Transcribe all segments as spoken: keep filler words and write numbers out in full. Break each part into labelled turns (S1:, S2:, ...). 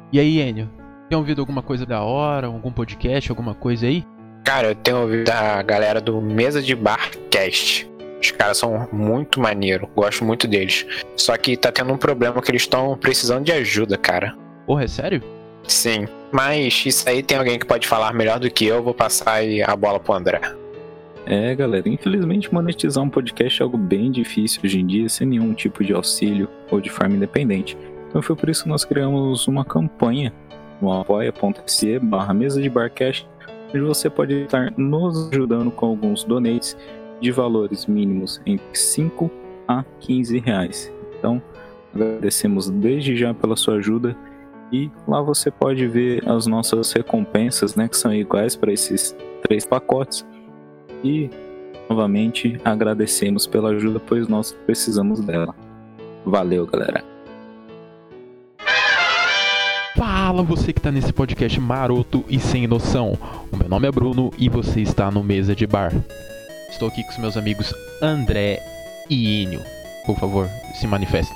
S1: E aí, Enio? Tem ouvido alguma coisa da hora? Algum podcast, alguma coisa aí?
S2: Cara, eu tenho ouvido a galera do Mesa de Bar Cast. Os caras são muito maneiro, gosto muito deles. Só que tá tendo um problema que eles estão precisando de ajuda, cara.
S1: Porra, é sério?
S2: Sim, mas isso aí tem alguém que pode falar melhor do que eu, vou passar aí a bola pro André.
S3: É, galera, infelizmente monetizar um podcast é algo bem difícil hoje em dia, sem nenhum tipo de auxílio ou de forma independente. Então foi por isso que nós criamos uma campanha no apoia.se barra mesa de barcast, onde você pode estar nos ajudando com alguns donates de valores mínimos entre cinco a quinze reais. Então, agradecemos desde já pela sua ajuda e lá você pode ver as nossas recompensas, né, que são iguais para esses três pacotes. E, novamente, agradecemos pela ajuda, pois nós precisamos dela. Valeu, galera.
S1: Fala você que tá nesse podcast maroto e sem noção. O meu nome é Bruno e você está no Mesa de Bar. Estou aqui com os meus amigos André e Enio. Por favor, se manifestem.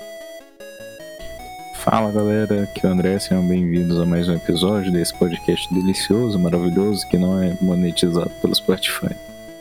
S3: Fala, galera, aqui é o André, sejam bem-vindos a mais um episódio desse podcast delicioso, maravilhoso, que não é monetizado pelo Spotify.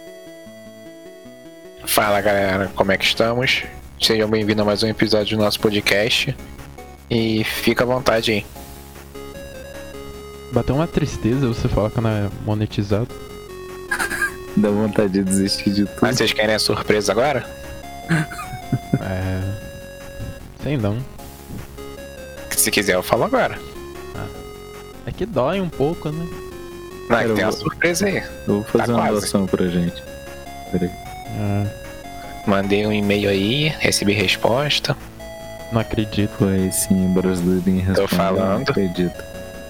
S2: Fala, galera, como é que estamos? Sejam bem-vindos a mais um episódio do nosso podcast. E fica à vontade aí.
S1: Bateu uma tristeza você falar que não é monetizado.
S3: Dá vontade de desistir de tudo.
S2: Mas vocês querem a surpresa agora?
S1: É... Sei não.
S2: Se quiser eu falo agora.
S1: É que dói um pouco, né?
S2: Não, é
S3: Eu
S2: que tem uma
S3: vou-
S2: surpresa aí.
S3: Eu vou fazer
S2: Tá
S3: uma
S2: quase.
S3: doação pra gente. Peraí.
S1: É,
S2: Mandei um e-mail aí, recebi resposta.
S1: não acredito.
S3: Foi sim, brasileirinho respondeu.
S2: falando.
S3: Não acredito.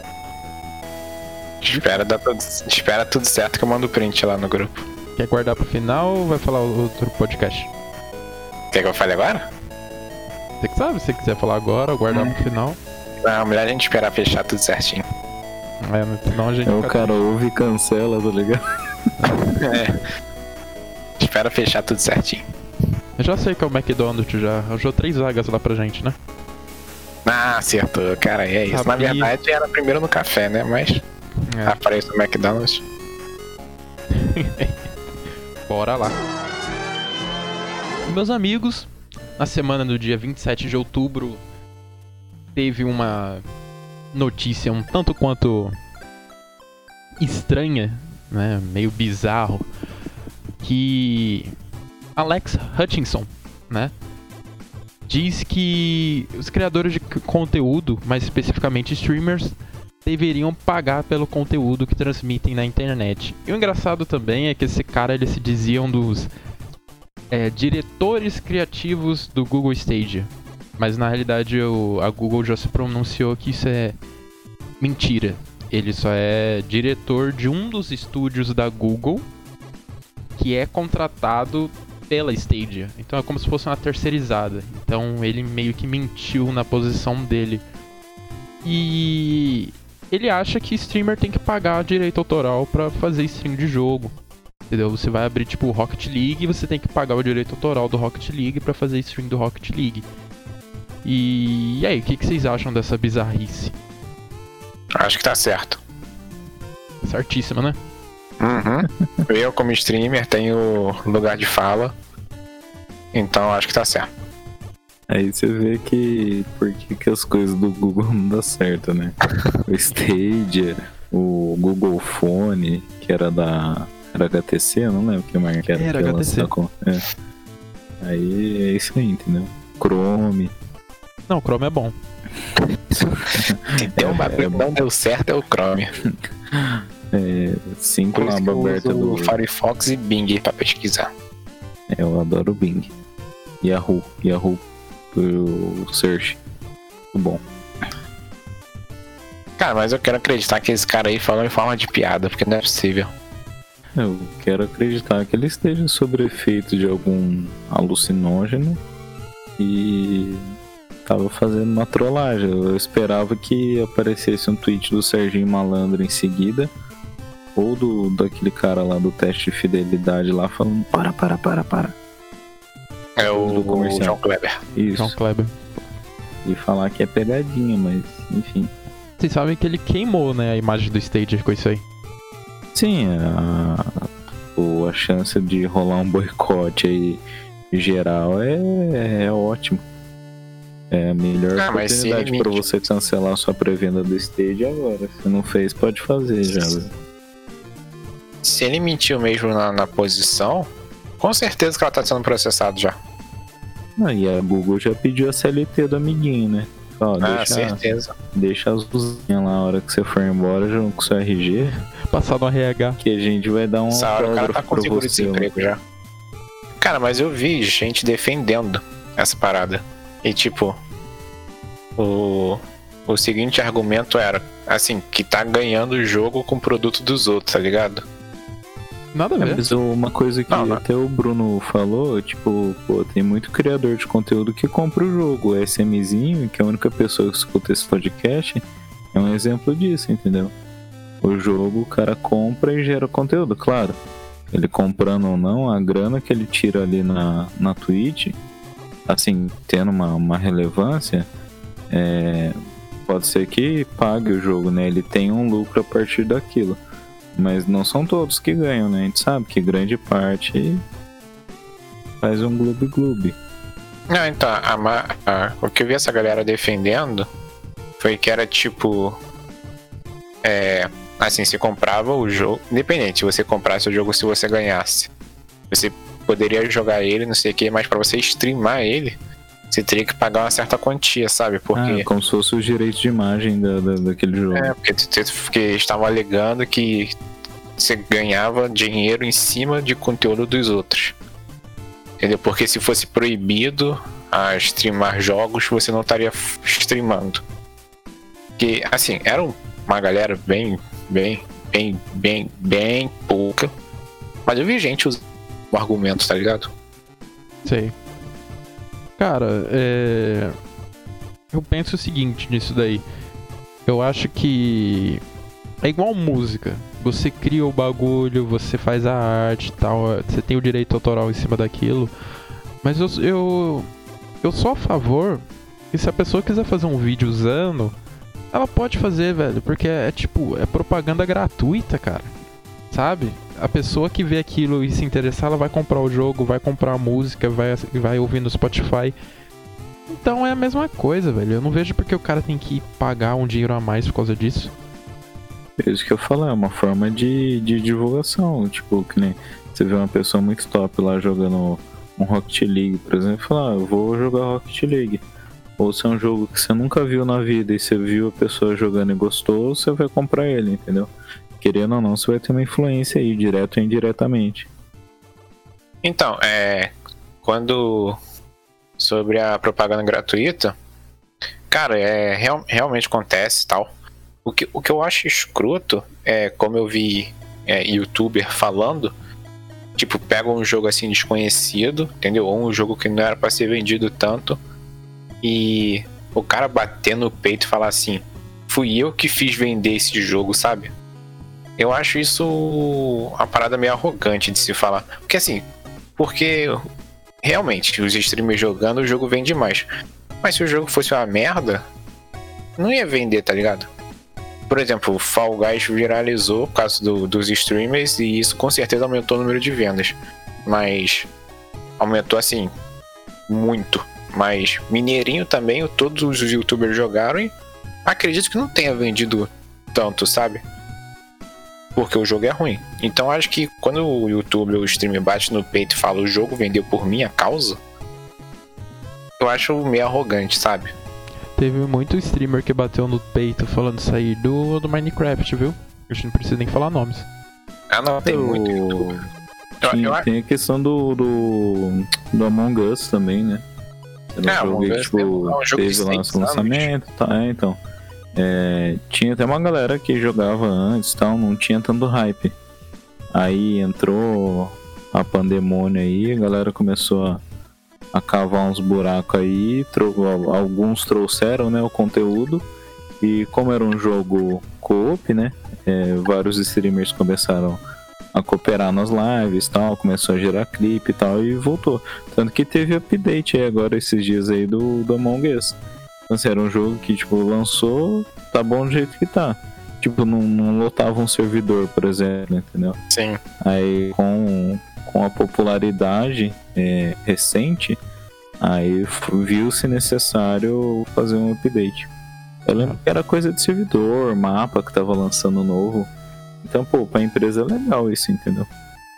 S2: Espera, dar tudo, espera tudo certo que eu mando o print lá no grupo.
S1: Quer guardar pro final ou vai falar outro podcast?
S2: Quer que eu fale agora?
S1: Você que sabe, se você quiser falar agora ou guardar
S2: Hum.
S1: pro final.
S2: Não, melhor a gente esperar fechar tudo certinho.
S1: É, no final a gente
S3: É o
S1: fica-
S3: cara ouve e cancela, tá ligado?
S2: É. Espera fechar tudo certinho.
S1: Eu já sei que é o McDonald's, já arranjou três vagas lá pra gente, né?
S2: Ah, acertou, cara, é isso.
S1: Sabia.
S2: Na verdade era primeiro no café, né? Mas
S1: É.
S2: aparece no McDonald's.
S1: Bora lá. Meus amigos, na semana do dia vinte e sete de outubro, teve uma notícia um tanto quanto estranha, né? Meio bizarro, que Alex Hutchinson, né? Diz que os criadores de c- conteúdo, mais especificamente streamers, deveriam pagar pelo conteúdo que transmitem na internet. E o engraçado também é que esse cara, ele se dizia um dos é, diretores criativos do Google Stadia. Mas na realidade o, a Google já se pronunciou que isso é mentira. Ele só é diretor de um dos estúdios da Google que é contratado pela Stadia. Então é como se fosse uma terceirizada. Então ele meio que mentiu na posição dele. E ele acha que streamer tem que pagar direito autoral pra fazer stream de jogo. Entendeu? Você vai abrir tipo o Rocket League e você tem que pagar o direito autoral do Rocket League pra fazer stream do Rocket League. E, e aí, o que, que vocês acham dessa bizarrice?
S2: Acho que tá certo.
S1: Certíssima, né?
S2: Uhum. Eu, como streamer, tenho lugar de fala. Então acho que tá certo.
S3: Aí você vê que por que, que as coisas do Google não dão certo, né? O Stadia, o Google Phone, que era da era H T C, eu não lembro que marca era.
S1: Era
S3: que
S1: H T C.
S3: sacou. É. Aí é isso aí, entendeu? Chrome.
S1: Não, o Chrome é bom.
S2: Se tem um bagulho que não deu certo é o Chrome.
S3: É, cinco
S2: Por isso que
S3: aba
S2: eu
S3: aberta
S2: uso
S3: do.
S2: o Firefox e Bing pra pesquisar.
S3: É, eu adoro o Bing. Yahoo. Yahoo pro search. Muito bom.
S2: Cara, mas eu quero acreditar que esse cara aí falou em forma de piada, porque não é possível.
S3: Eu quero acreditar que ele esteja sob efeito de algum alucinógeno e tava fazendo uma trollagem. Eu esperava que aparecesse um tweet do Serginho Malandro em seguida, ou do daquele cara lá do teste de fidelidade lá falando para, para, para, para.
S2: É o,
S3: Do comercial.
S2: João Kleber.
S3: Isso.
S1: João Kleber.
S3: E falar que é pegadinha, mas enfim.
S1: Vocês sabem que ele queimou, né, a imagem do Stadia com isso aí.
S3: Sim, a, o, a chance de rolar um boicote aí geral é, é ótimo. É a melhor
S2: Ah, mas se
S3: oportunidade
S2: limite-
S3: pra você cancelar sua pré-venda do Stadia agora. Se não fez, pode fazer já. velho.
S2: Se ele mentiu mesmo na, na posição, com certeza que ela tá sendo processado já.
S3: Ah, e a Google já pediu a C L T do amiguinho, né? Ó,
S2: Ah,
S3: deixa,
S2: certeza.
S3: deixa as luzinhas lá na hora que você for embora, junto com o seu R G,
S1: Passar no R H.
S3: que a gente vai dar um
S2: Essa hora o cara tá
S3: autógrafo
S2: com
S3: pra
S2: seguro
S3: você.
S2: desemprego já. Cara, mas eu vi gente defendendo essa parada. E tipo, o, o seguinte argumento era, assim, que tá ganhando o jogo com o produto dos outros, tá ligado?
S1: Nada a
S3: É,
S1: ver.
S3: mas uma coisa que
S2: Não, não.
S3: até o Bruno falou, tipo, pô, tem muito criador de conteúdo que compra o jogo. O SMzinho, que é a única pessoa que escuta esse podcast, é um exemplo disso, entendeu? O jogo o cara compra e gera conteúdo, claro. Ele comprando ou não, a grana que ele tira ali na, na Twitch, assim, tendo uma, uma relevância, é, pode ser que pague o jogo, né? Ele tem um lucro a partir daquilo. Mas não são todos que ganham, né? A gente sabe que grande parte faz um gloob-gloob.
S2: Não, então, a, ma- a- o que eu vi essa galera defendendo foi que era tipo. É. Assim, você comprava o jogo. Independente, se você comprasse o jogo, se você ganhasse. Você poderia jogar ele, não sei o que, mas pra você streamar ele, você teria que pagar uma certa quantia, sabe? Porque.
S3: Ah, como se fosse os direitos de imagem da, da- daquele jogo.
S2: É, porque, tu- tu- porque estavam alegando que você ganhava dinheiro em cima de conteúdo dos outros. Entendeu? Porque se fosse proibido a streamar jogos, você não estaria f- streamando. Que, assim, era um- uma galera bem, bem, bem, bem, bem pouca. Mas eu vi gente usando o argumento, tá ligado?
S1: Sei. Cara, é... eu penso o seguinte nisso daí. Eu acho que é igual música. Você cria o bagulho, você faz a arte e tal, você tem o direito autoral em cima daquilo. Mas eu, eu, eu sou a favor que se a pessoa quiser fazer um vídeo usando, ela pode fazer, velho. Porque é, é tipo, é propaganda gratuita, cara. Sabe? A pessoa que vê aquilo e se interessar, ela vai comprar o jogo, vai comprar a música, vai, vai ouvir no Spotify. Então é a mesma coisa, velho. Eu não vejo porque o cara tem que pagar um dinheiro a mais por causa disso.
S3: É isso que eu falo, é uma forma de, de divulgação. Tipo, que nem você vê uma pessoa muito top lá jogando um Rocket League, por exemplo, e fala, ah, eu vou jogar Rocket League. Ou se é um jogo que você nunca viu na vida e você viu a pessoa jogando e gostou, você vai comprar ele, entendeu? Querendo ou não, você vai ter uma influência aí, direto ou indiretamente.
S2: Então, é. Quando. Sobre a propaganda gratuita. Cara, é. Real, realmente acontece e tal. O que, o que eu acho escroto é como eu vi é, youtuber falando. Tipo, pega um jogo assim desconhecido, entendeu? Ou um jogo que não era pra ser vendido tanto. E o cara bater no peito e falar assim: fui eu que fiz vender esse jogo, sabe? Eu acho isso uma parada meio arrogante de se falar. Porque assim, porque realmente os streamers jogando, o jogo vende mais. Mas se o jogo fosse uma merda, não ia vender, tá ligado? Por exemplo, o Fall Guys viralizou por causa do, dos streamers e isso com certeza aumentou o número de vendas. Mas aumentou assim, muito. Mas Mineirinho também, todos os youtubers jogaram e acredito que não tenha vendido tanto, sabe? Porque o jogo é ruim. Então acho que quando o youtuber ou o streamer bate no peito e fala o jogo vendeu por minha causa, eu acho meio arrogante, sabe?
S1: Teve muito streamer que bateu no peito falando isso aí do, do Minecraft, viu? A gente não precisa nem falar nomes.
S2: Ah não, tem
S3: Eu-
S2: muito youtuber. Eu,
S3: Tinha-
S2: eu,
S3: tem a questão do, do, do Among Us também, né? Era
S2: É,
S3: um jogo
S2: Among
S3: que,
S2: Us
S3: tipo,
S2: é um jogo de
S3: teve lá
S2: seis
S3: seu lançamento, tá, é, então. É, tinha até uma galera que jogava antes e tal, não tinha tanto hype. Aí entrou a pandemônia aí, a galera começou a, a cavar uns buracos aí, trou- alguns trouxeram, né, o conteúdo. E como era um jogo co-op, né, é, vários streamers começaram a cooperar nas lives e tal, começou a gerar clipe e tal, e voltou. Tanto que teve update aí agora esses dias aí do, do Among Us. Então, assim, era um jogo que, tipo, lançou, tá bom do jeito que tá. Tipo, não, não lotava um servidor, por exemplo, entendeu?
S2: Sim.
S3: Aí com, com a popularidade é, recente, aí viu-se necessário fazer um update. Eu lembro que era coisa de servidor, mapa que tava lançando novo. Então, pô, pra empresa é legal isso, entendeu?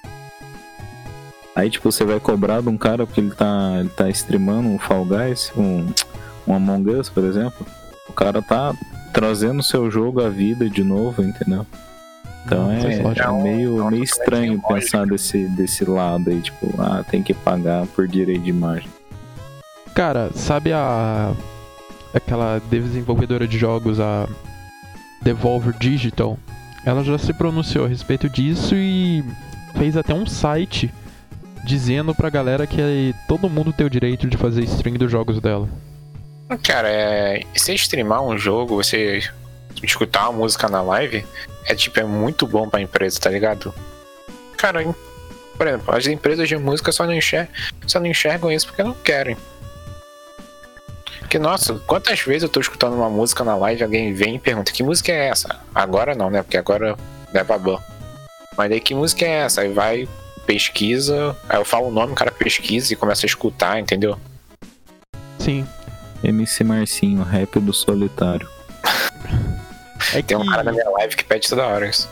S3: Aí, tipo, você vai cobrar de um cara porque ele tá, ele tá streamando um Fall Guys, um, um Among Us, por exemplo. O cara tá trazendo o seu jogo à vida de novo, entendeu? Então é, é meio, meio estranho pensar desse, desse lado aí, tipo, ah, tem que pagar por direito de imagem.
S1: Cara, sabe a... aquela desenvolvedora de jogos, a Devolver Digital? Ela já se pronunciou a respeito disso e fez até um site dizendo pra galera que todo mundo tem o direito de fazer stream dos jogos dela.
S2: Cara, é... você streamar um jogo, você escutar uma música na live, é tipo, é muito bom pra empresa, tá ligado? Cara, por exemplo, as empresas de música só não enxergam, só não enxergam isso porque não querem. Porque, nossa, quantas vezes eu tô escutando uma música na live, alguém vem e pergunta, que música é essa? Agora não, né? Porque agora é babão. Mas daí, que música é essa? Aí vai, pesquisa, aí eu falo o nome, o cara pesquisa e começa a escutar, entendeu?
S1: Sim.
S3: M C Marcinho, rap do solitário.
S1: É
S2: Tem
S1: que...
S2: um cara na minha live que pede toda hora isso.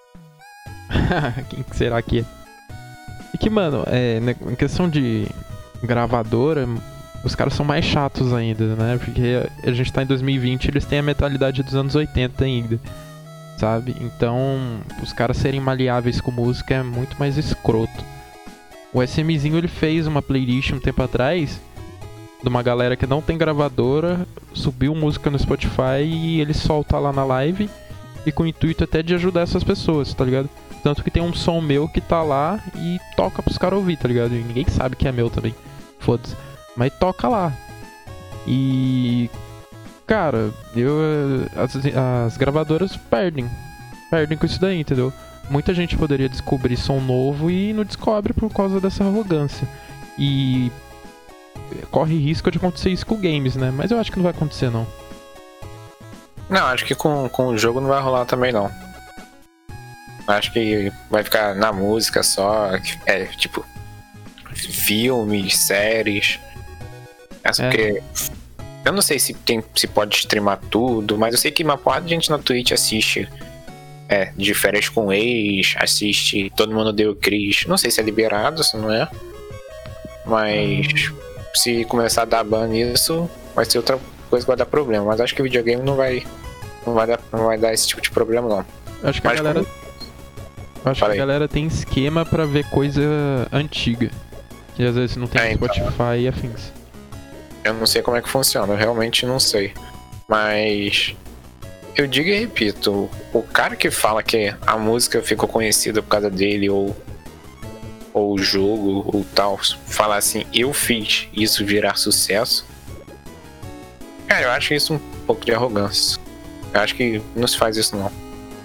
S1: Quem será que é? E que, mano, é, em questão de gravadora, os caras são mais chatos ainda, né? Porque a gente tá em dois mil e vinte e eles têm a mentalidade dos anos oitenta ainda, sabe? Então, os caras serem maleáveis com música é muito mais escroto. O SMzinho, ele fez uma playlist um tempo atrás de uma galera que não tem gravadora, subiu música no Spotify e ele solta lá na live, e com o intuito até de ajudar essas pessoas, tá ligado? Tanto que tem um som meu que tá lá e toca pros caras ouvir, tá ligado? E ninguém sabe que é meu também, foda-se. Mas toca lá. E... cara, eu, as, as gravadoras perdem. Perdem com isso daí, entendeu? Muita gente poderia descobrir som novo e não descobre por causa dessa arrogância. E... corre risco de acontecer isso com games, né? Mas eu acho que não vai acontecer, não.
S2: Não, acho que com, com o jogo não vai rolar também, não. Acho que vai ficar na música só. É, tipo... filmes, séries... Essa é. Porque... eu não sei se, tem, se pode streamar tudo, mas eu sei que uma porrada de gente na Twitch assiste... É, de férias com ex, assiste Todo Mundo Deu Cris. Não sei se é liberado, se não é. Mas... se começar a dar ban nisso, vai ser outra coisa que vai dar problema. Mas acho que o videogame não vai não vai dar, não vai dar esse tipo de problema, não.
S1: Acho que Mas a galera como... acho que a galera tem esquema pra ver coisa antiga, que às vezes não tem é, Spotify então... e afins.
S2: Eu não sei como é que funciona, eu realmente não sei. Mas eu digo e repito, o cara que fala que a música ficou conhecida por causa dele, ou ou o jogo, ou tal, falar assim, eu fiz isso virar sucesso, cara, eu acho isso um pouco de arrogância. Eu acho que não se faz isso, não.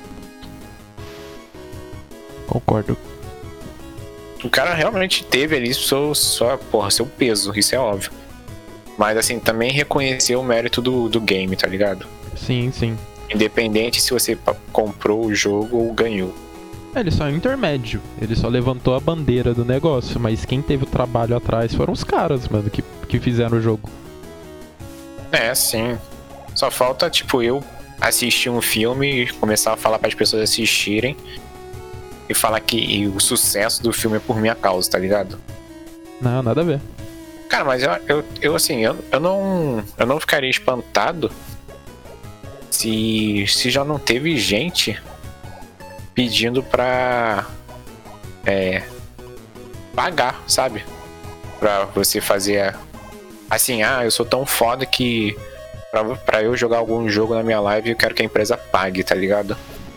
S1: Concordo.
S2: O cara realmente teve ali só, só porra, seu peso, isso é óbvio. Mas assim, também reconheceu o mérito do, do game, tá ligado?
S1: Sim, sim.
S2: Independente se você comprou o jogo ou ganhou.
S1: Ele só é um intermédio, ele só levantou a bandeira do negócio, mas quem teve o trabalho atrás foram os caras, mano, que, que fizeram o jogo.
S2: É, sim. Só falta, tipo, eu assistir um filme e começar a falar para as pessoas assistirem e falar que o sucesso do filme é por minha causa, tá ligado?
S1: Não, nada a ver.
S2: Cara, mas eu, eu, eu assim, eu, eu, não, eu não ficaria espantado se, se já não teve gente pedindo pra é, pagar, sabe? Pra você fazer assim, ah, eu sou tão foda que pra, pra eu jogar algum jogo na minha live eu quero que a empresa pague, tá ligado?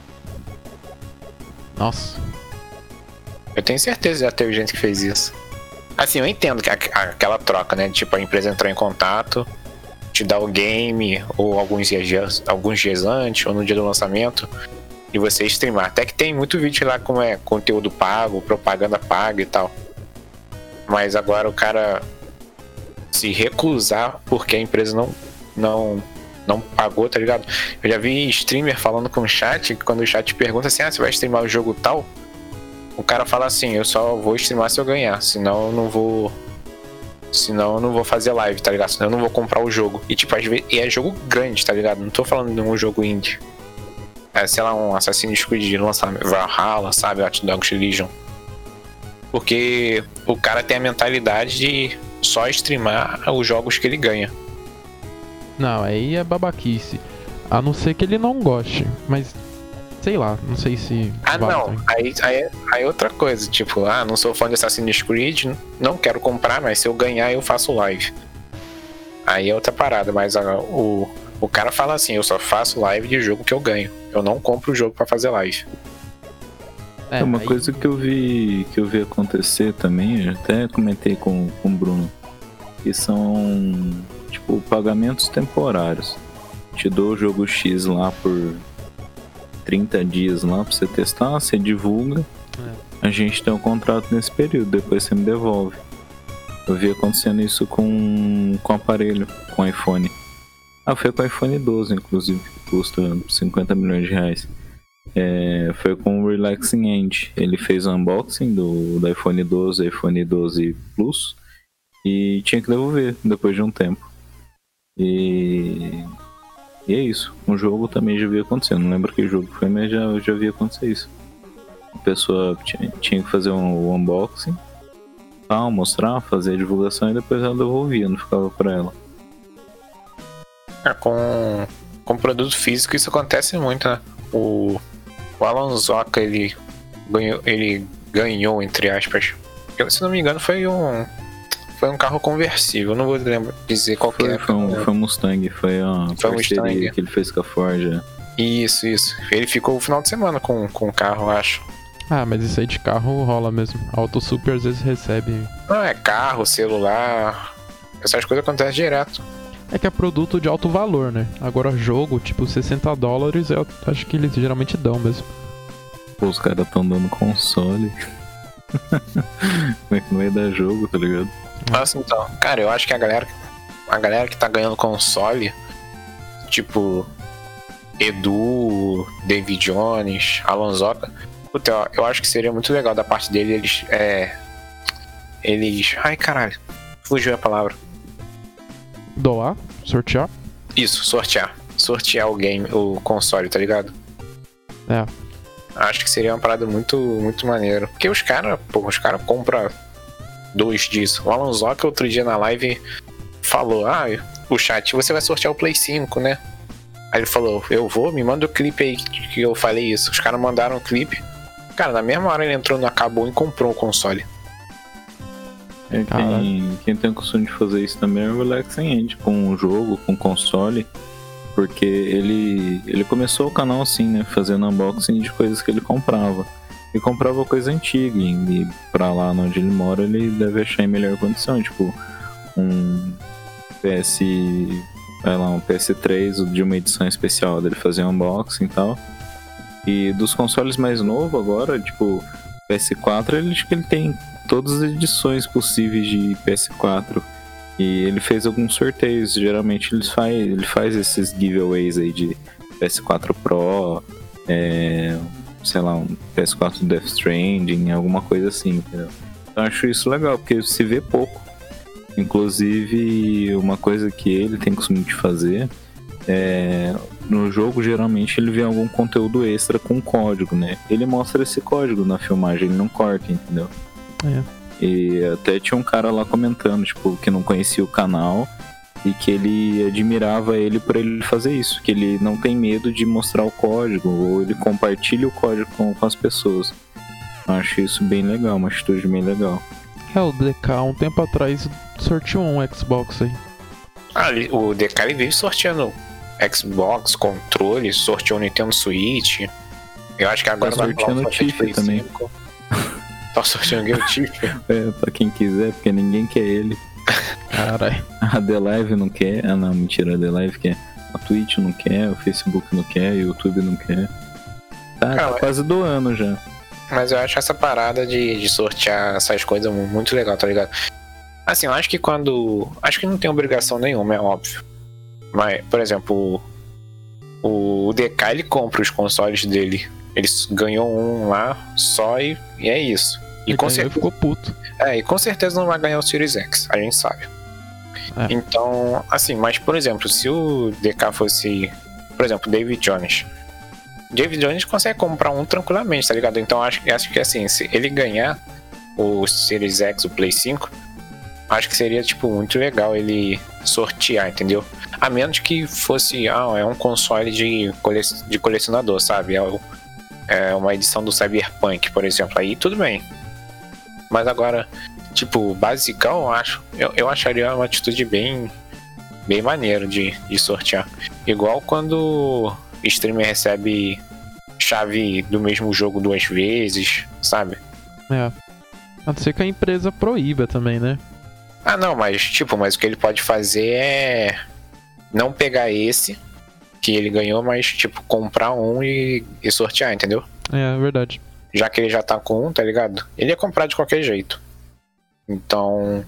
S1: Nossa.
S2: Eu tenho certeza que já teve gente que fez isso. Assim, eu entendo que a, a, aquela troca, né? Tipo, a empresa entrar em contato, te dar o game, ou alguns dias, alguns dias antes, ou no dia do lançamento, e você streamar. Até que tem muito vídeo lá como é conteúdo pago, propaganda paga e tal. Mas agora o cara se recusar porque a empresa não, não não pagou, tá ligado? Eu já vi streamer falando com o chat, que quando o chat pergunta assim, ah, você vai streamar o jogo tal? O cara fala assim, eu só vou streamar se eu ganhar, senão eu não vou... Senão eu não vou fazer live, tá ligado? Senão eu não vou comprar o jogo. E tipo, às vezes, e é jogo grande, tá ligado? Não tô falando de um jogo indie. É, sei lá, um Assassin's Creed lançamento, Valhalla, sabe? Watch Dogs Legion. Porque o cara tem a mentalidade de só streamar os jogos que ele ganha.
S1: Não, aí é babaquice. A não ser que ele não goste, mas sei lá, não sei se...
S2: Ah,
S1: vale
S2: não.
S1: também.
S2: Aí, aí, aí é outra coisa. Tipo, ah, não sou fã de Assassin's Creed, não quero comprar, mas se eu ganhar eu faço live. Aí é outra parada, mas ah, o, o cara fala assim, eu só faço live de jogo que eu ganho. Eu não compro o jogo pra fazer live.
S1: É,
S3: Uma
S1: aí-
S3: coisa que eu vi que eu vi acontecer também, eu até comentei com, com o Bruno, que são tipo pagamentos temporários. Te dou o jogo X lá por trinta dias lá pra você testar, você divulga, a gente tem um contrato nesse período, depois você me devolve. Eu vi acontecendo isso com com aparelho, com iPhone. Ah, foi com o iPhone doze, inclusive, que custa cinquenta milhões de reais. É, foi com o Relaxing End. Ele fez o unboxing do, do iPhone doze, iPhone doze Plus, e tinha que devolver depois de um tempo. E, e é isso. Um jogo também já havia acontecido. Não lembro que jogo foi, mas já, já havia acontecido isso. A pessoa tinha, tinha que fazer um, um unboxing, tal, mostrar, fazer a divulgação e depois ela devolvia, não ficava pra ela.
S2: É, com, com produto físico isso acontece muito, né? O, o Alan Zoka, ele ganhou, ele ganhou, entre aspas. Eu, se não me engano, foi um. Foi um carro conversível, não vou lembrar, dizer qual que
S3: Foi,
S2: é.
S3: foi, um, foi um Mustang, foi a
S2: Foi um
S3: parceria
S2: Mustang.
S3: que ele fez com a Ford. é.
S2: Isso, isso. Ele ficou o final de semana com, com o carro, eu acho.
S1: Ah, mas isso aí de carro rola mesmo. A Auto Super às vezes recebe.
S2: Não, é carro, celular. Essas coisas acontecem direto.
S1: É que é produto de alto valor, né? Agora jogo, tipo sessenta dólares, eu acho que eles geralmente dão mesmo.
S3: Pô, os caras tão dando console. Como é que não vai dar jogo, tá ligado?
S2: Mas então, cara, eu acho que a galera, a galera que tá ganhando console, tipo Edu, David Jones, Alan Zoka, puta, eu, eu acho que seria muito legal da parte dele eles. É, eles. Ai caralho, fugiu a palavra.
S1: Doar, sortear.
S2: Isso, sortear. Sortear o game, o console, tá ligado?
S1: É.
S2: Acho que seria uma parada muito, muito maneiro. Porque os caras, pô, os caras compram dois disso. O Alan Zoka outro dia na live falou, ah, o chat, você vai sortear o Play cinco, né? Aí ele falou, eu vou, me manda o clipe aí que eu falei isso. Os caras mandaram o clipe. Cara, na mesma hora ele entrou no Acabou e comprou o console.
S3: É,
S1: Caralho.
S3: quem, quem tem o costume de fazer isso também é o Relaxing End, com o jogo, com console, porque ele, ele começou o canal assim, né, fazendo unboxing de coisas que ele comprava. E comprava coisa antiga, e pra lá onde ele mora ele deve achar em melhor condição, tipo um P S, vai lá, um P S três de uma edição especial dele fazer unboxing e tal. E dos consoles mais novos agora, tipo P S quatro, ele acho que ele tem todas as edições possíveis de P S quatro. E ele fez alguns sorteios. Geralmente ele faz, ele faz esses giveaways aí de P S quatro Pro, é, sei lá, um P S quatro Death Stranding, alguma coisa assim, entendeu? Então eu acho isso legal, porque se vê pouco. Inclusive, uma coisa que ele tem costume de fazer é, no jogo, geralmente ele vê algum conteúdo extra com código, né? Ele mostra esse código na filmagem, ele não corta, entendeu?
S1: É.
S3: E até tinha um cara lá comentando, tipo, que não conhecia o canal e que ele admirava ele por ele fazer isso, que ele não tem medo de mostrar o código, ou ele compartilha o código com, com as pessoas. Eu acho isso bem legal, uma atitude bem legal.
S1: É, o D K um tempo atrás sorteou um Xbox aí.
S2: Ah, ele- o D K ele vive sorteando Xbox, controle, sorteou o Nintendo Switch. Eu acho que agora
S3: Tá
S2: vai
S3: sorteando
S2: rolar um sorteio de
S3: Tiff
S2: Play
S3: também.
S2: cinco. Tá sorteando Game Tiff.
S3: É, pra quem quiser, porque ninguém quer ele.
S1: Caralho.
S3: A The Live não quer. Ah não, mentira, a The Live quer. A Twitch não quer, o Facebook não quer, o YouTube não quer. Tá,
S2: Cara,
S3: tá quase doando já.
S2: Mas eu acho essa parada de, de sortear essas coisas muito legal, tá ligado? Assim, eu acho que quando. Acho que não tem obrigação nenhuma, é óbvio. Mas, por exemplo, o, o D K ele compra os consoles dele. Ele ganhou um lá só e, e é isso. E
S1: Ele
S2: com
S1: ganhou e
S2: certeza,
S1: ficou puto.
S2: é, e com certeza não vai ganhar o Series X, a gente sabe.
S1: É.
S2: Então, assim, mas por exemplo, se o D K fosse, por exemplo, David Jones. David Jones consegue comprar um tranquilamente, tá ligado? Então acho, acho que assim, se ele ganhar o Series X, o Play cinco, acho que seria, tipo, muito legal ele sortear, entendeu? A menos que fosse, ah, é um console de, cole... de colecionador, sabe? É, o... é uma edição do Cyberpunk, por exemplo. Aí tudo bem. Mas agora, tipo, basicão, eu acho. Eu, eu acharia uma atitude bem, bem maneiro de, de sortear. Igual quando o streamer recebe chave do mesmo jogo duas vezes, sabe?
S1: É. A não ser que a empresa proíba também, né?
S2: Ah, não, mas tipo, mas o que ele pode fazer é não pegar esse que ele ganhou, mas tipo, comprar um e, e sortear, entendeu?
S1: É, é verdade.
S2: Já que ele já tá com um, tá ligado? Ele ia comprar de qualquer jeito. Então,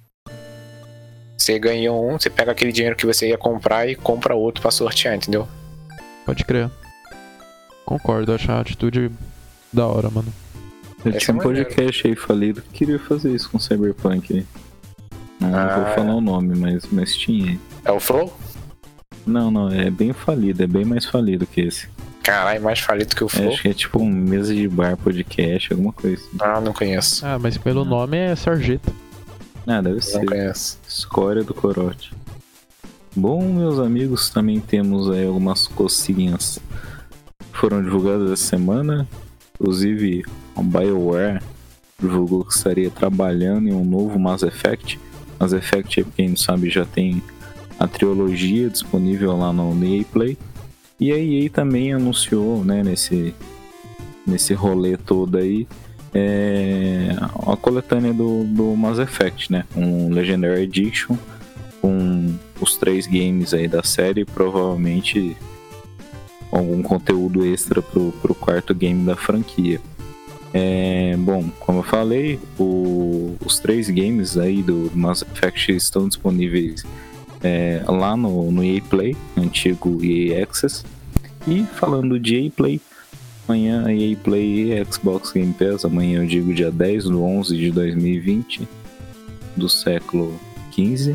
S2: você ganhou um, você pega aquele dinheiro que você ia comprar e compra outro pra sortear, entendeu?
S1: Pode crer. Concordo, acho a atitude da hora, mano.
S3: Eu
S2: Esse
S3: tinha
S2: é
S3: um
S2: maneiro.
S3: podcast aí falido que queria fazer isso com Cyberpunk aí. Não
S2: Ah.
S3: vou falar o nome, mas, mas tinha.
S2: É o Flow?
S3: Não, não, é bem falido, é bem mais falido que esse.
S2: Caralho, mais falido que o
S3: É,
S2: Flow.
S3: acho que é tipo um mesa de bar podcast, alguma coisa assim.
S2: Ah, não conheço.
S1: Ah, mas pelo nome é Sarjeta.
S3: Ah, deve
S2: Não
S3: ser.
S2: conheço.
S3: Escória do corote. Bom, meus amigos, também temos aí algumas coisinhas que foram divulgadas essa semana. Inclusive, a BioWare divulgou que estaria trabalhando em um novo Mass Effect. Mass Effect, quem não sabe, já tem a trilogia disponível lá no E A Play. E a E A também anunciou, né, nesse, nesse rolê todo aí, é, a coletânea do, do Mass Effect, né? Um Legendary Edition com os três games aí da série, provavelmente algum conteúdo extra pro, pro quarto game da franquia. É, bom, como eu falei, o, os três games aí do Mass Effect estão disponíveis é, lá no, no E A Play, antigo E A Access. E falando de E A Play, amanhã a E A Play e Xbox Game Pass, amanhã eu digo dia dez de onze de dois mil e vinte, do século quinze,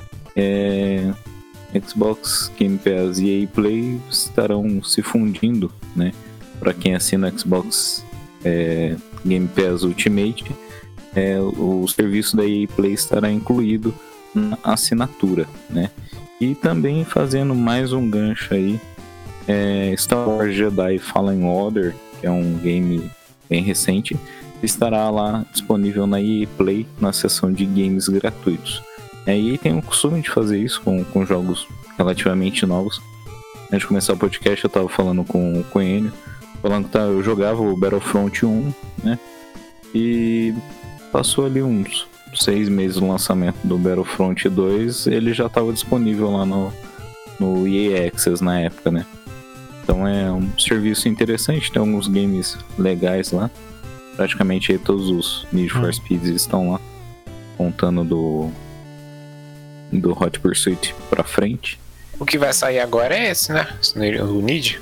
S3: é, Xbox Game Pass e E A Play estarão se fundindo, né? Para quem assina Xbox é, Game Pass Ultimate, é, o serviço da E A Play estará incluído na assinatura, né? E também fazendo mais um gancho aí, é, Star Wars Jedi Fallen Order, que é um game bem recente, estará lá disponível na E A Play na seção de games gratuitos. É, e tem o costume de fazer isso com, com jogos relativamente novos. Antes de começar o podcast eu tava falando com, com o Enio, falando que tá, eu jogava o Battlefront um, né? E passou ali uns seis meses do lançamento do Battlefront dois, ele já estava disponível lá no, no E A Access na época, né? Então é um serviço interessante, tem alguns games legais lá. Praticamente aí todos os Need for
S1: Hum.
S3: Speeds estão lá, contando do do Hot Pursuit pra frente.
S2: O que vai sair agora é esse, né? O Need.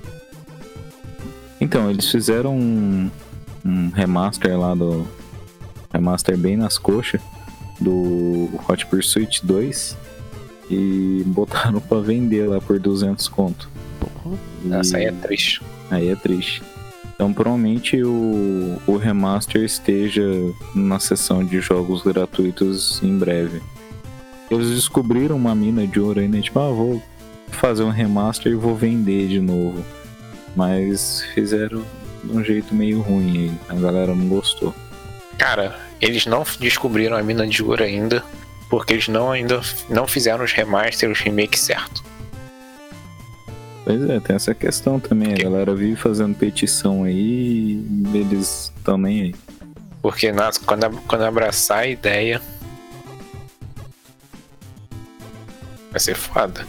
S3: Então, eles fizeram um, um remaster lá do... Remaster bem nas coxas do Hot Pursuit dois e botaram pra vender lá por duzentos conto.
S1: Porra.
S3: E
S2: Essa aí é triste.
S3: aí é triste. Então provavelmente o, o remaster esteja na seção de jogos gratuitos em breve. Eles descobriram uma mina de ouro aí, né? Tipo, ah, vou fazer um remaster e vou vender de novo. Mas fizeram de um jeito meio ruim aí. A galera não gostou.
S2: Cara, eles não descobriram a mina de ouro ainda, porque eles não ainda não fizeram os remasters, os remakes certo.
S3: Pois é, tem essa questão também. A
S2: Que-
S3: galera vive fazendo petição aí e eles também aí.
S2: Porque nossa, quando, quando abraçar a ideia, vai ser foda.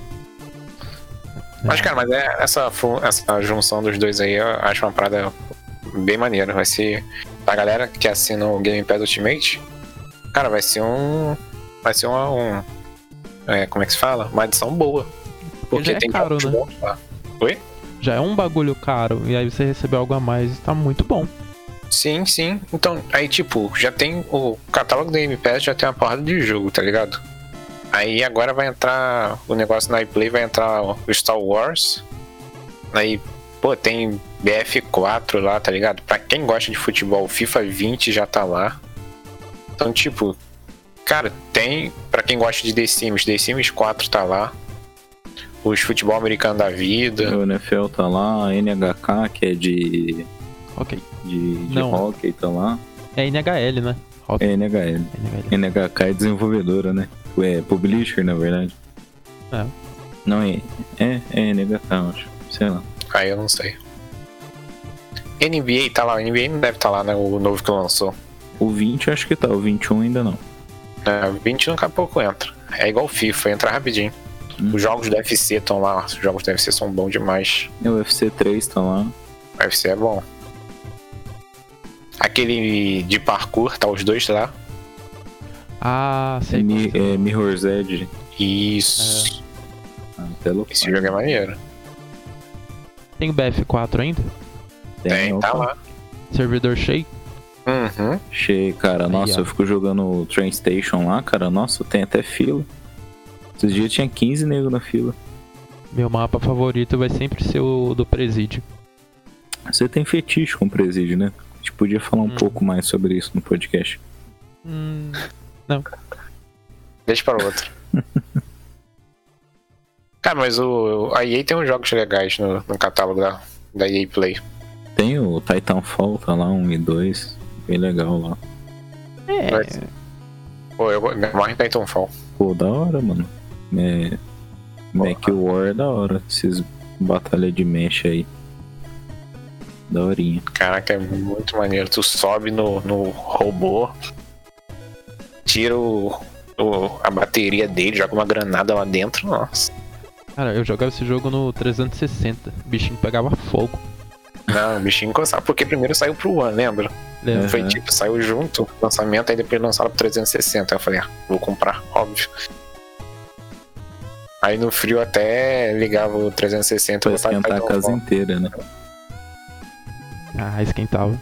S2: Mas, cara, mas é, essa, fu- essa junção dos dois aí eu acho uma parada bem maneira. Vai ser. Pra galera que assina o Game Pass Ultimate, cara, vai ser um. Vai ser uma, um, é, como é que se fala? Uma adição boa. Porque
S1: já é
S2: tem
S1: caro,
S2: jogos
S1: né?
S2: bons lá. Oi?
S1: Já é um bagulho caro, e aí você recebeu algo a mais, tá muito bom.
S2: Sim, sim. Então, aí tipo, já tem o catálogo do Game Pass, já tem uma porrada de jogo, tá ligado? Aí agora vai entrar o negócio na iPlay, vai entrar o Star Wars. Aí, pô, tem B F quatro lá, tá ligado? Pra quem gosta de futebol, FIFA vinte já tá lá. Então, tipo, cara, tem. Pra quem gosta de The Sims, The Sims quatro tá lá. Os futebol americano da vida.
S3: O N F L tá lá, a N H K, que é de.
S1: Ok.
S3: de, de
S1: Não.
S3: hockey, tá lá.
S1: É N H L, né? Rock.
S3: É N H L.
S1: N H L.
S3: N H K é desenvolvedora, né? É publisher, na verdade.
S1: É.
S3: Não, é. É, é N H K, eu acho. Sei lá.
S2: Aí eu não sei. N B A tá lá, o N B A não deve tá lá, né? O novo que lançou.
S3: O vinte eu acho que tá, o vinte e um ainda não.
S2: É, o vinte daqui a pouco entra. É igual o FIFA, entra rapidinho.
S3: Hum.
S2: Os jogos do U F C estão lá, os jogos do U F C são bons demais.
S3: E o U F C três tá lá.
S2: O U F C é bom. Aquele de parkour, tá os dois lá.
S1: Ah,
S3: É,
S1: sei.
S3: Mi,
S1: qual é.
S3: é Mirror's Edge.
S2: Isso.
S3: Ah, pelo
S2: Esse jogo é maneiro.
S1: Tem o B F quatro ainda?
S2: Tem, tá
S3: opa.
S2: lá.
S1: Servidor cheio?
S2: Uhum.
S3: Cheio, cara.
S1: Aí,
S3: Nossa,
S1: ó.
S3: eu fico jogando o Train Station lá, cara. Nossa, tem até fila. Esses dias tinha quinze negros na fila.
S1: Meu mapa favorito vai sempre ser o do Presídio.
S3: Você tem fetiche com o presídio, né? A gente podia falar um
S1: Hum.
S3: pouco mais sobre isso no podcast.
S1: Hum,
S2: Deixa para o outro. Cara, mas o, a E A tem uns jogos legais no, no catálogo da, da E A Play.
S3: Tem o Titanfall, tá lá, um e dois. Bem legal lá.
S1: é.
S2: Mas- Pô, eu morro em Titanfall.
S3: Pô, da hora, mano. É... Mac War é da hora. Esses batalha de mecha aí. Daorinha.
S2: Caraca, é muito maneiro. Tu sobe no, no robô, tira o, o- a bateria dele, joga uma granada lá dentro. Nossa.
S1: Cara, eu jogava esse jogo no trezentos e sessenta. O bichinho pegava fogo.
S2: Não, o bichinho coçava, porque primeiro saiu pro One, lembra?
S1: Lembra?
S3: Uhum.
S2: Foi tipo, saiu junto o lançamento, aí depois lançaram pro trezentos e sessenta. Aí eu falei, ah, vou comprar, óbvio. Aí no frio até ligava o trezentos e sessenta
S3: Pra
S2: e botava
S3: esquentar a casa
S2: Titanfall.
S3: inteira, né?
S1: Ah, esquentava.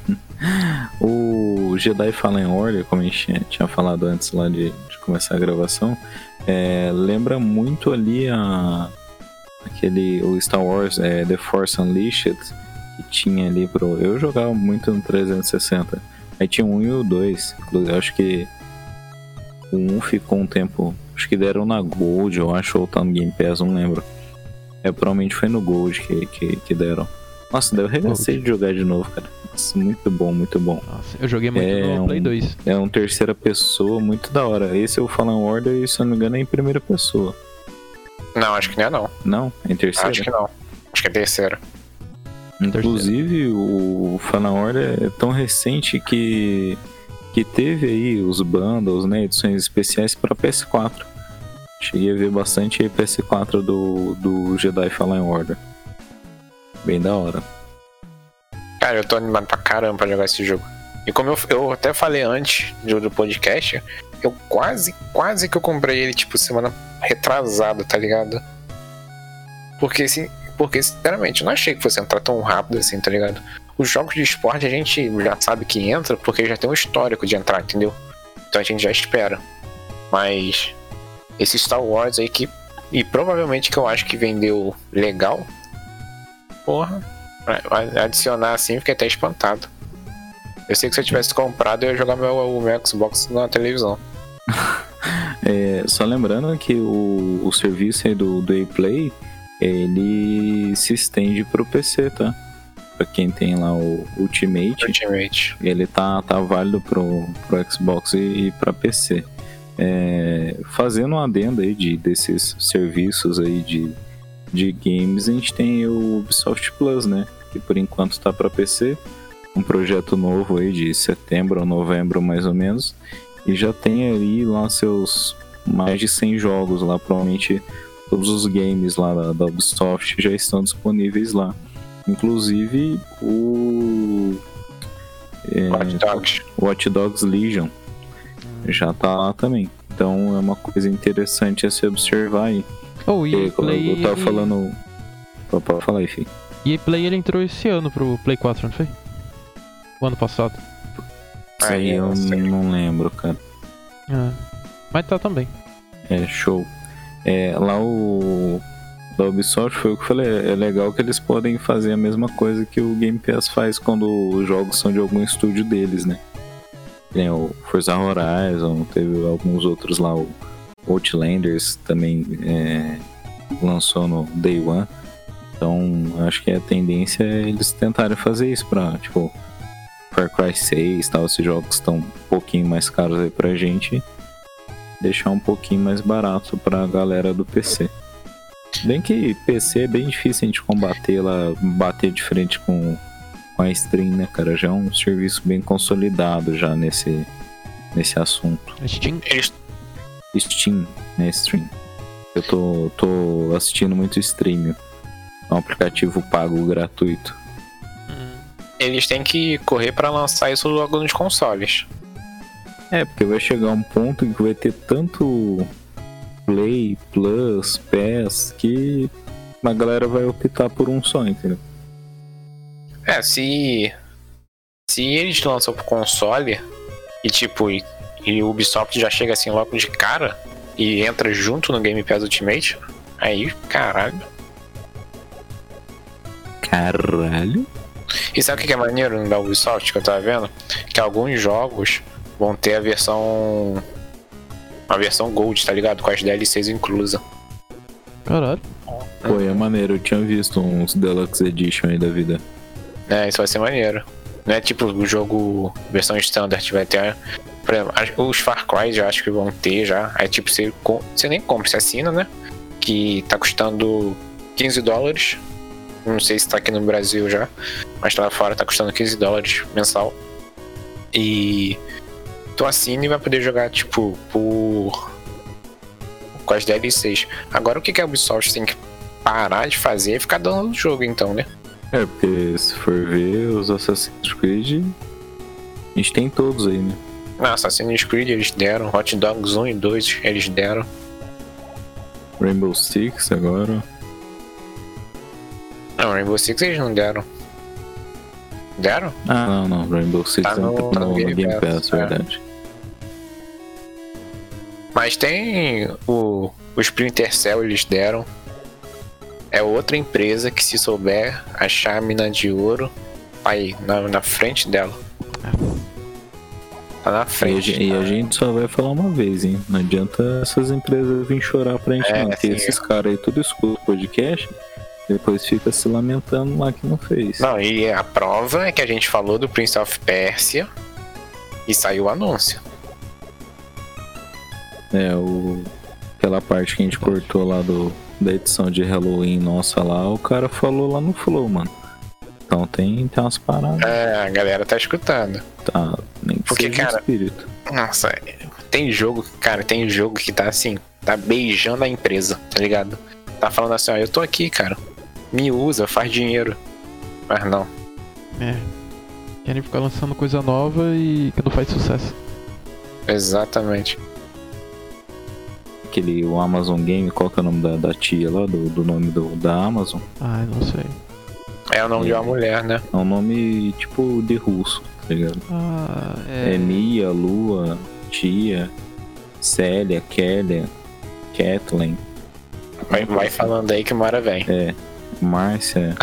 S3: O Jedi Fallen Order, como a gente tinha, tinha falado antes lá de, de começar a gravação, é, lembra muito ali a aquele o Star Wars é, The Force Unleashed que tinha ali pro. Eu jogava muito no trezentos e sessenta. Aí tinha o um e o dois. Inclusive, eu acho que o um ficou um tempo. Acho que deram na Gold, eu acho, ou tá no Game Pass, não lembro. É, provavelmente foi no Gold que, que, que deram. Nossa, daí eu arregacei de jogar de novo, cara. Nossa, muito bom, muito bom.
S1: Nossa, eu joguei muito
S3: É
S1: no Play
S3: um-
S1: dois.
S3: É um terceira pessoa muito da hora. Esse é o Fallen Order e, se eu não me engano, é em primeira pessoa.
S2: Não, acho que não é não.
S3: Não? É em terceira?
S2: Acho que não. Acho que é terceira.
S3: Inclusive, o Fallen Order é tão recente que, que teve aí os bundles, né, edições especiais para P S quatro. Cheguei a ver bastante aí P S quatro do, do Jedi Fallen Order. Bem da hora.
S2: Cara, eu tô animado pra caramba pra jogar esse jogo. E como eu, eu até falei antes do, do podcast, eu quase, quase que eu comprei ele, tipo, semana retrasada, tá ligado? Porque, assim, porque sinceramente, eu não achei que fosse entrar tão rápido assim, tá ligado? Os jogos de esporte a gente já sabe que entra porque já tem um histórico de entrar, entendeu? Então a gente já espera. Mas esse Star Wars aí que, e provavelmente que eu acho que vendeu legal, porra, adicionar assim, fiquei até espantado. Eu sei que se eu tivesse comprado, eu ia jogar meu, o meu Xbox na televisão.
S3: É, só lembrando que o, o serviço aí do, do A-Play, ele se estende pro P C, tá? Pra quem tem lá o Ultimate,
S2: Ultimate.
S3: ele tá, tá válido pro, pro Xbox e, e pra P C. É, fazendo um adendo aí de, desses serviços aí de, de games, a gente tem o Ubisoft Plus, né? Que por enquanto tá pra P C. Um projeto novo aí de setembro ou novembro, mais ou menos. E já tem aí lá seus mais de cem jogos lá. Provavelmente todos os games lá da, da Ubisoft já estão disponíveis lá. Inclusive o... É,
S2: Watch Dogs.
S3: Watch Dogs Legion já tá lá também. Então é uma coisa interessante a se observar aí.
S1: Oh, e
S3: E,
S1: a Play,
S3: eu tava
S1: ele...
S3: falando. Pode falar aí, filho.
S1: E a Play ele entrou esse ano pro Play quatro, não foi? O ano passado.
S3: Isso aí eu
S2: não sei.
S3: não lembro, cara.
S1: Ah, mas tá também.
S3: É, show. É, lá o da Ubisoft foi o que eu falei, é legal que eles podem fazer a mesma coisa que o Game Pass faz quando os jogos são de algum estúdio deles, né? Tem o Forza Horizon, teve alguns outros lá, o Outlanders também é, lançou no Day One. Então acho que a tendência é eles tentarem fazer isso pra, tipo, Far Cry seis e tal, esses jogos estão um pouquinho mais caros aí pra gente, deixar um pouquinho mais barato pra galera do P C. Bem que P C é bem difícil a gente combater lá, bater de frente com, com a stream, né, cara? Já é um serviço bem consolidado já nesse, nesse assunto.
S1: Steam.
S2: Eles,
S3: Steam, né, stream. Eu tô, tô assistindo muito stream. É um aplicativo pago gratuito.
S2: eles têm que correr pra lançar isso logo nos consoles.
S3: É, porque vai chegar um ponto em que vai ter tanto Play, Plus, P E S, que a galera vai optar por um só, entendeu?
S2: É, se. Se eles lançam pro console e tipo, e, e o Ubisoft já chega assim logo de cara e entra junto no Game Pass Ultimate, aí, caralho.
S3: Caralho.
S2: E sabe o que é maneiro da Ubisoft que eu tava vendo? Que alguns jogos vão ter a versão. A versão Gold, tá ligado? Com as D L Cs inclusas.
S1: Caralho.
S3: Pô, é maneiro, eu tinha visto uns Deluxe Edition aí da vida.
S2: É, isso vai ser maneiro. Não é tipo o jogo versão standard, vai ter. Por exemplo, os Far Cry já acho que vão ter já. Aí tipo, você, você nem compra, você assina, né? Que tá custando quinze dólares. Não sei se tá aqui no Brasil já, mas lá fora tá custando quinze dólares mensal. E tu assina e vai poder jogar, tipo, por. com as D L Cs. Agora o que, que a Ubisoft tem que parar de fazer é ficar dando o jogo, então, né?
S3: É, porque se for ver os Assassin's Creed, a gente tem todos aí, né?
S2: Ah, Assassin's Creed eles deram, Hot Dogs um e dois eles deram.
S3: Rainbow Six agora.
S2: Não, Rainbow Six eles não deram. Deram?
S3: Ah, não, não. Rainbow Six
S2: Tá no-
S3: entra
S2: tá no
S3: no, no
S2: Game
S3: Game
S2: Pass,
S3: Pass,
S2: é.
S3: verdade.
S2: Mas tem o, o Splinter Cell eles deram. É outra empresa que se souber achar a mina de ouro, aí na, na frente dela. Tá na
S3: E a,
S2: frente.
S3: gente, e a gente só vai falar uma vez, hein? Não adianta essas empresas virem chorar pra gente,
S2: É,
S3: não. Porque
S2: sim.
S3: esses caras aí tudo escuta o podcast, depois fica se lamentando lá que não fez.
S2: Não, e a prova é que a gente falou do Prince of Persia e saiu o anúncio.
S3: É, o, aquela parte que a gente cortou lá do, da edição de Halloween nossa lá, o cara falou lá no Flow, mano. Então tem, tem umas paradas.
S2: É, a galera tá escutando.
S3: Tá, nem que
S2: Porque,
S3: seja
S2: cara,
S3: espírito.
S2: Nossa, tem jogo, cara, tem jogo que tá assim, tá beijando a empresa, tá ligado? Tá falando assim, ó, eu tô aqui, cara. Me usa, faz dinheiro. Mas não.
S1: É. Querem ficar lançando coisa nova e que não faz sucesso.
S2: Exatamente.
S3: Aquele, o Amazon Game, qual que é o nome da, da tia lá, do, do nome do, da Amazon?
S1: Ai, não sei.
S2: É o nome de uma mulher, né?
S3: É um nome tipo de russo, tá ligado?
S1: Ah,
S3: É,
S1: é.
S3: Mia, Lua, Tia, Célia, Kélia, Kathleen,
S2: Vai, vai falando aí que uma hora vem.
S3: Márcia,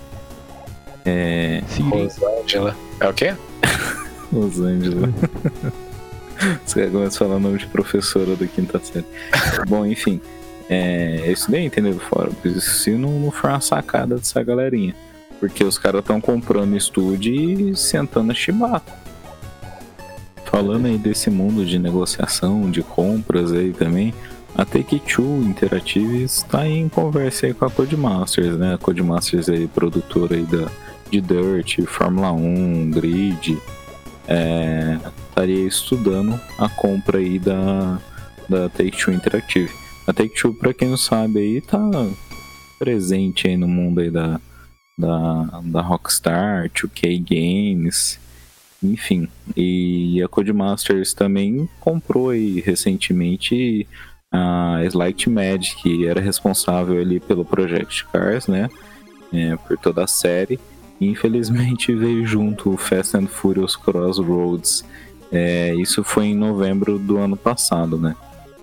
S3: é,
S1: Siri.
S2: Rosângela. É o quê?
S3: Rosângela. Você começa a falar nome de professora da quinta série. Bom, enfim, é isso daí, entendeu? Fora, se não, não for uma sacada dessa galerinha. Porque os caras estão comprando estúdio e sentando a chibata. Falando aí desse mundo de negociação, de compras aí também, a Take-Two Interactive está em conversa aí com a Codemasters, né? A Codemasters aí, produtora aí da, de Dirt, Fórmula um, Grid, é, estaria estudando a compra aí da, da Take-Two Interactive. A Take-Two, pra quem não sabe aí, tá presente aí no mundo aí da, da, da Rockstar, dois K Games, Enfim, e a Codemasters também comprou aí recentemente a Slight Magic, que era responsável ali pelo Project Cars, né? É, por toda a série. E infelizmente veio junto o Fast and Furious Crossroads. É, isso foi em novembro do ano passado, né?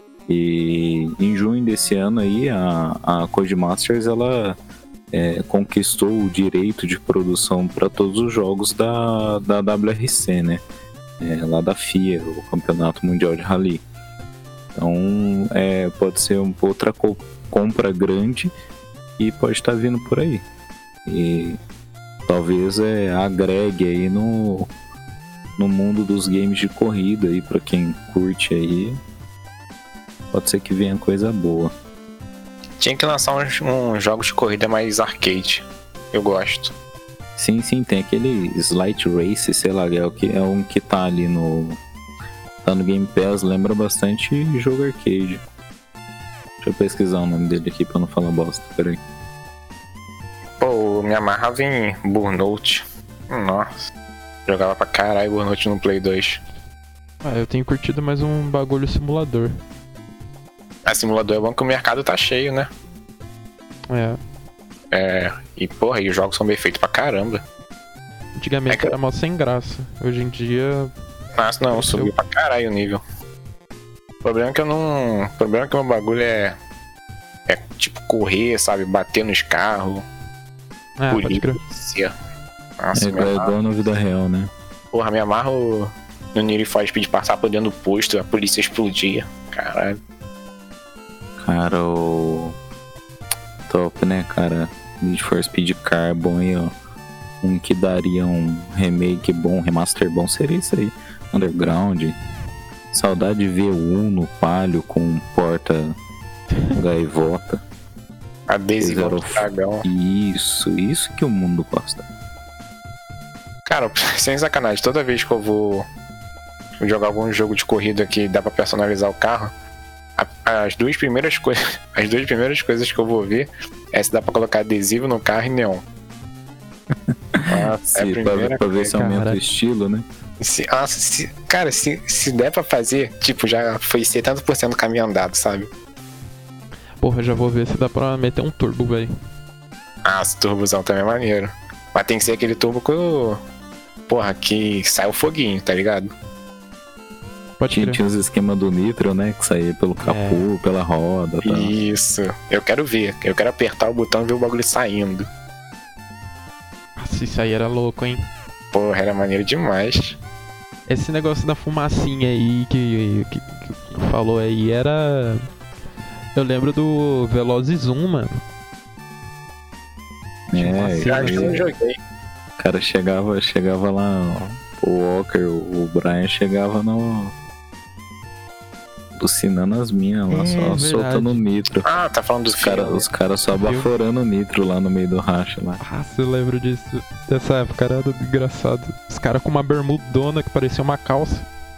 S3: E em junho desse ano aí a, a Codemasters ela é, conquistou o direito de produção para todos os jogos da, da W R C, né? É, lá da F I A, o Campeonato Mundial de Rally. Então é, pode ser uma outra co- compra grande e pode estar vindo por aí. E talvez é, agregue aí no, no mundo dos games de corrida aí para quem curte aí. Pode ser que venha coisa boa.
S2: Tinha que lançar uns, uns jogos de corrida mais arcade. Eu gosto.
S3: Sim, sim, tem aquele Slight Race, sei lá, é, o que, é um que tá ali no. Tá no Game Pass, lembra bastante jogo arcade. Deixa eu pesquisar o nome dele aqui pra não falar bosta, peraí.
S2: Pô, eu me amarrava em Burnout. Nossa. Jogava pra caralho Burnout no Play dois.
S1: Ah, eu tenho curtido mais um bagulho simulador.
S2: A simulador é bom que o mercado tá cheio, né?
S1: É.
S2: É. E porra, e os jogos são bem feitos pra caramba.
S1: Antigamente
S2: É que-
S1: era mó sem graça. Hoje em dia.
S2: Nossa, não,
S1: Cresceu.
S2: subiu pra caralho o nível. O problema é que eu não. O problema é que o meu bagulho é. É tipo correr, sabe? Bater nos carros.
S1: Ah, pode crer.
S2: Polícia. Nossa,
S3: É
S2: me
S3: igual,
S2: amarro.
S3: igual na vida real, né?
S2: Porra, me amarro no Need for Speed passar por dentro do posto, a polícia explodia. Caralho.
S3: Cara, o. Top, né, cara? Need for Speed Carbon aí, ó. Um que daria um remake bom, um remaster bom seria isso aí. Underground. Saudade de ver o Uno Palio com porta gaivota.
S2: Adesivo
S3: Fizeram-
S2: do dragão.
S3: Isso, isso que o mundo gosta.
S2: Cara, sem sacanagem, toda vez que eu vou jogar algum jogo de corrida que dá pra personalizar o carro, a- as duas primeiras coisas, as duas primeiras coisas que eu vou ver é se dá pra colocar adesivo no carro e neon. Nossa, é a
S3: Se, pra,
S2: primeira
S3: pra ver se aumenta
S1: cara.
S3: o estilo, né?
S2: Se, nossa, se, cara, se, se der pra fazer, tipo, já foi setenta por cento do caminho andado, sabe?
S1: Porra, já vou ver se dá pra meter um turbo, velho.
S2: Ah, esse turbozão também é maneiro. Mas tem que ser aquele turbo que o. Porra, que sai o foguinho, tá ligado?
S1: Pode
S3: Tinha,
S1: crer.
S3: tinha os esquemas do Nitro, né? Que saía pelo capô, pela roda e tal.
S2: Isso. Eu quero ver. Eu quero apertar o botão e ver o bagulho saindo.
S1: Nossa, isso aí era louco, hein?
S2: Porra, era maneiro demais.
S1: Esse negócio da fumacinha aí que, que, que falou aí era. Eu lembro do Velozes um, mano. Tinha uma
S3: É,
S1: cena
S2: Eu acho que eu não
S3: e-
S2: joguei.
S3: o cara chegava, chegava lá, ó, o Walker, o Brian chegava no. Bucinando as minas lá,
S1: É,
S3: só
S1: verdade.
S3: soltando nitro.
S2: Ah, tá falando dos
S3: Os caras
S2: caras.
S3: os cara só
S1: Viu?
S3: baforando nitro lá no meio do racha lá.
S1: Nossa, eu lembro disso. Dessa época era engraçado. Os caras com uma bermudona que parecia uma calça.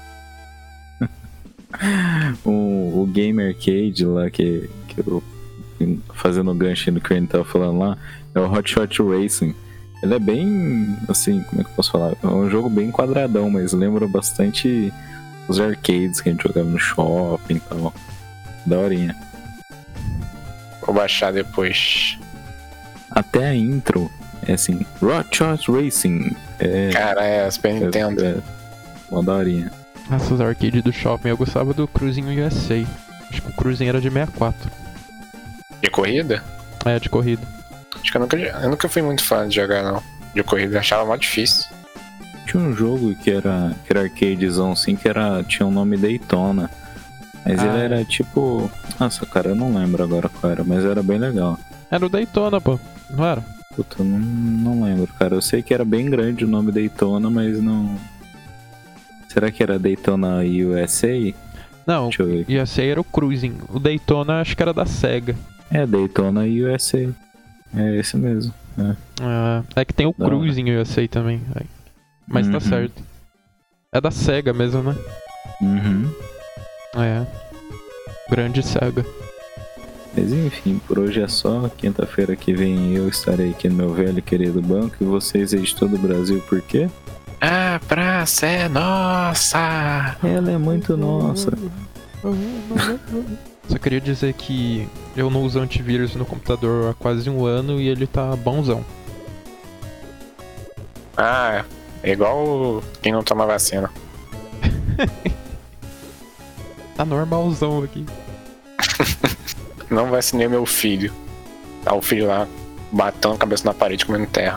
S3: O, o Game Arcade lá que, que eu. Fazendo o gancho no que o Crane tava falando lá, é o Hot Shot Racing. Ele é bem. Assim, como é que eu posso falar? É um jogo bem quadradão, mas lembra bastante os arcades que a gente jogava no shopping e tal. Daorinha.
S2: Vou baixar depois.
S3: Até a intro é assim, Hot Shot Racing. É.
S2: Cara, é Super Nintendo.
S3: É, é uma daorinha.
S1: Nossa, os arcades do shopping. Eu gostava do Cruising U S A. Acho que o Cruising era de sessenta e quatro.
S2: De corrida?
S1: É, de corrida.
S2: Acho que eu nunca, eu nunca fui muito fã de jogar, não. De corrida, eu achava mó difícil.
S3: Tinha um jogo que era, que era arcadezão assim, que era, tinha o nome Daytona. Mas
S1: Ah,
S3: ele
S1: é.
S3: era tipo. Nossa, cara, eu não lembro agora qual era, mas era bem legal.
S1: Era o Daytona, pô. Não era?
S3: Puta, eu não, não lembro, cara. Eu sei que era bem grande o nome Daytona, mas não. Será que era Daytona U S A?
S1: Não,
S3: Deixa eu ver.
S1: o U S A era o Cruising. O Daytona acho que era da SEGA.
S3: É, Daytona U S A. É esse mesmo. É.
S1: É, é que tem o
S3: Da hora.
S1: Cruising U S A também. aí. Mas tá
S3: Uhum.
S1: certo. É da SEGA mesmo, né?
S3: Uhum.
S1: É. Grande SEGA.
S3: Mas enfim, por hoje é só. Quinta-feira que vem eu estarei aqui no meu velho e querido banco. E vocês aí de todo o Brasil, por quê?
S2: A praça é nossa!
S3: Ela é muito nossa.
S1: Só queria dizer que eu não uso antivírus no computador há quase um ano e ele tá bonzão.
S2: Ah, é igual quem não toma vacina.
S1: Tá normalzão aqui.
S2: Não vacinei meu filho. Tá o filho lá batendo a cabeça na parede comendo terra.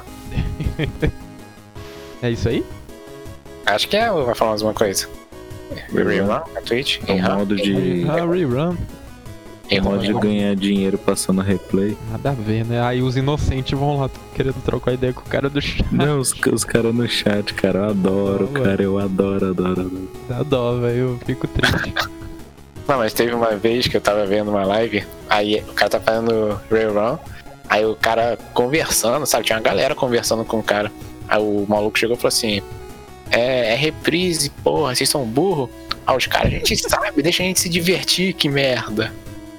S1: É isso aí?
S2: Acho que é, ou vai falar mais uma coisa? Rerun na Twitch?
S3: É um modo de,
S1: Ah, rerun.
S3: é um modo de ganhar dinheiro passando replay.
S1: Nada a ver, né? Aí os inocentes vão lá querendo trocar ideia com o cara do chat.
S3: Não, os, os caras no chat, cara, eu adoro,
S1: Não,
S3: cara, eu adoro, adoro, adoro.
S1: Dá dó, velho. Eu fico triste.
S2: Não, mas teve uma vez que eu tava vendo uma live, aí o cara tá fazendo rerun, aí o cara conversando, sabe? Tinha uma galera conversando com o cara. Aí o maluco chegou e falou assim: É, é reprise, porra, vocês são burro. Aí os caras, a gente sabe, deixa a gente se divertir, que merda.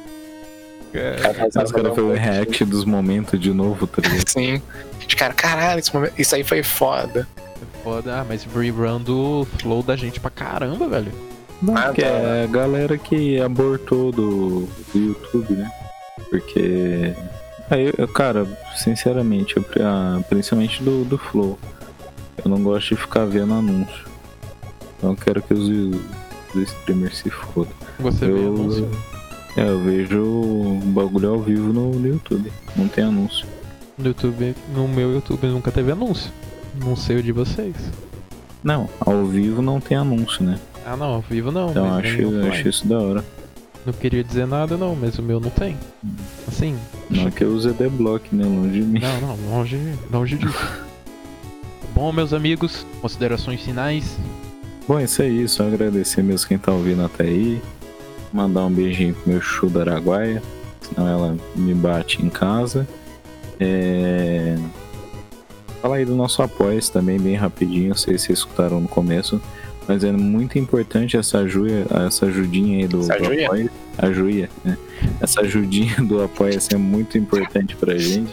S3: Os caras foi o react dos momentos de novo, tá ligado?
S2: Sim. Os caras, caralho, esse momento- isso aí foi foda.
S1: Foda, ah, mas rerun do flow da gente pra caramba, velho.
S3: Não,
S2: Ah,
S3: que
S2: tá.
S3: é a galera que abortou do, do YouTube, né? Porque. Aí, eu, cara, sinceramente, eu, ah, principalmente do, do Flow, eu não gosto de ficar vendo anúncio. Então eu quero que os, os streamers se fodam.
S1: Você vê
S3: Eu,
S1: anúncio.
S3: é, eu vejo o bagulho ao vivo no, no YouTube. Não tem anúncio.
S1: No YouTube, no meu YouTube nunca teve anúncio. Não sei o de vocês.
S3: Não, ao vivo não tem anúncio, né?
S1: Ah não, ao vivo não.
S3: Então
S1: mas
S3: acho,
S1: nem offline.
S3: acho isso da hora.
S1: Não queria dizer nada não, mas o meu não tem. Assim.
S3: Não que eu use D-Block, né? Longe de mim.
S1: Não, não, longe, longe disso. Bom, meus amigos, considerações finais.
S3: Bom, isso aí, só agradecer mesmo quem tá ouvindo até aí. Mandar um beijinho pro meu Chu da Araguaia, senão ela me bate em casa. É... Fala aí do nosso apoio também, bem rapidinho, não sei se vocês escutaram no começo, mas é muito importante essa ajuda, essa ajudinha aí do,
S2: Essa
S3: do
S2: ajuia?
S3: apoio. Ajuia, né? Essa ajudinha do apoio é muito importante pra gente.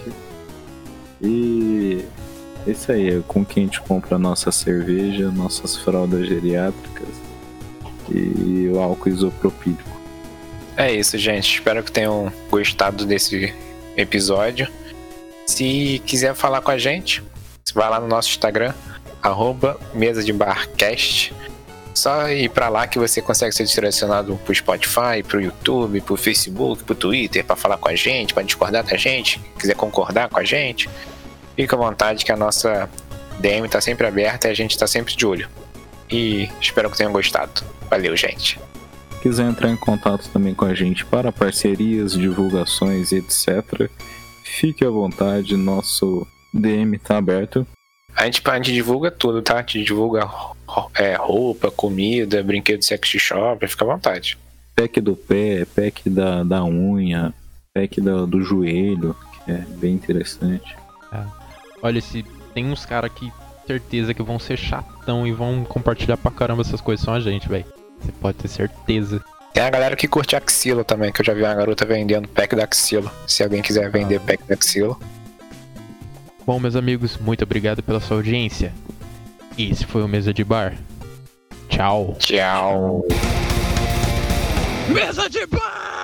S3: E é isso aí, é com quem a gente compra a nossa cerveja, nossas fraldas geriátricas e o álcool isopropílico.
S2: É isso, gente. Espero que tenham gostado desse episódio. Se quiser falar com a gente, você vai lá no nosso Instagram, arroba mesa de barcast. Só ir pra lá que você consegue ser direcionado pro Spotify, pro YouTube, pro Facebook, pro Twitter, pra falar com a gente, pra discordar com a gente, quiser concordar com a gente. Fica à vontade que a nossa D M tá sempre aberta e a gente tá sempre de olho. E espero que tenham gostado. Valeu, gente.
S3: Quiser entrar em contato também com a gente para parcerias, divulgações, etcétera, fique à vontade, nosso D M tá aberto.
S2: A gente, a gente divulga tudo, tá? A gente divulga é, roupa, comida, brinquedo sex shop, fica à vontade.
S3: Pack do pé, pack da, da unha, pack da, do joelho, que é bem interessante.
S1: Olha, se tem uns caras que certeza que vão ser chatão e vão compartilhar pra caramba essas coisas, são a gente, velho. Você pode ter certeza.
S2: Tem a galera que curte axila também, que eu já vi uma garota vendendo pack da axila. Se alguém quiser vender
S1: Ah.
S2: pack da axila.
S1: Bom, meus amigos, muito obrigado pela sua audiência. Esse foi o Mesa de Bar. Tchau.
S2: Tchau.
S1: Mesa de Bar!